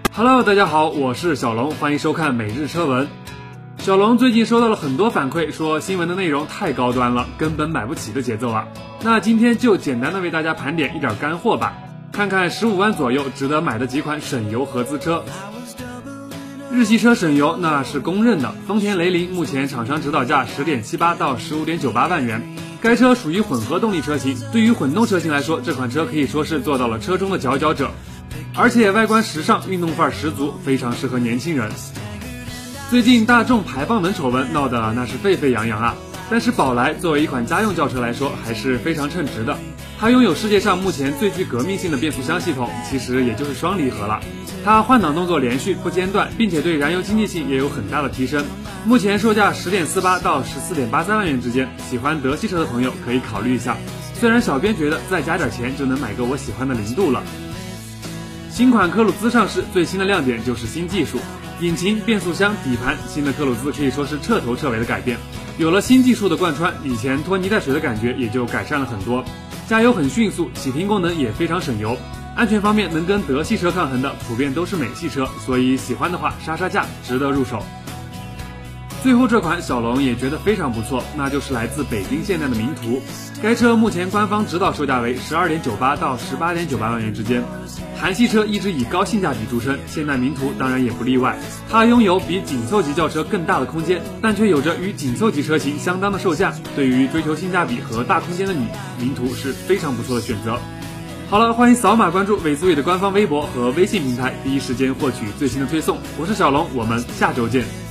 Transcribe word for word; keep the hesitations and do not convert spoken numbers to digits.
Hello， 大家好，我是小龙，欢迎收看每日车闻。小龙最近收到了很多反馈，说新闻的内容太高端了，根本买不起的节奏啊。那今天就简单的为大家盘点一点干货吧，看看十五万左右值得买的几款省油合资车。日系车省油那是公认的，丰田雷凌目前厂商指导价 十点七八 到 十五点九八万元。该车属于混合动力车型，对于混动车型来说，这款车可以说是做到了车中的佼佼者，而且外观时尚，运动范儿十足，非常适合年轻人。最近大众排放门丑闻闹得那是沸沸扬扬啊，但是宝来作为一款家用轿车来说还是非常称职的。它拥有世界上目前最具革命性的变速箱系统，其实也就是双离合了。它换挡动作连续不间断，并且对燃油经济性也有很大的提升。目前售价 十点四八 到 十四点八三万元之间，喜欢德系车的朋友可以考虑一下。虽然小编觉得再加点钱就能买个我喜欢的零度了。新款科鲁兹上市，最新的亮点就是新技术，引擎、变速箱、底盘，新的科鲁兹可以说是彻头彻尾的改变。有了新技术的贯穿，以前拖泥带水的感觉也就改善了很多。加油很迅速，启停功能也非常省油。安全方面能跟德系车抗衡的，普遍都是美系车，所以喜欢的话杀杀价，值得入手。最后这款小龙也觉得非常不错，那就是来自北京现代的名图。该车目前官方指导售价为 十二点九八 到 十八点九八万元之间。韩系车一直以高性价比著称，现代名图当然也不例外。它拥有比紧凑级轿车更大的空间，但却有着与紧凑级车型相当的售价。对于追求性价比和大空间的你，名图是非常不错的选择。好了，欢迎扫码关注尾苏语的官方微博和微信平台，第一时间获取最新的推送。我是小龙，我们下周见。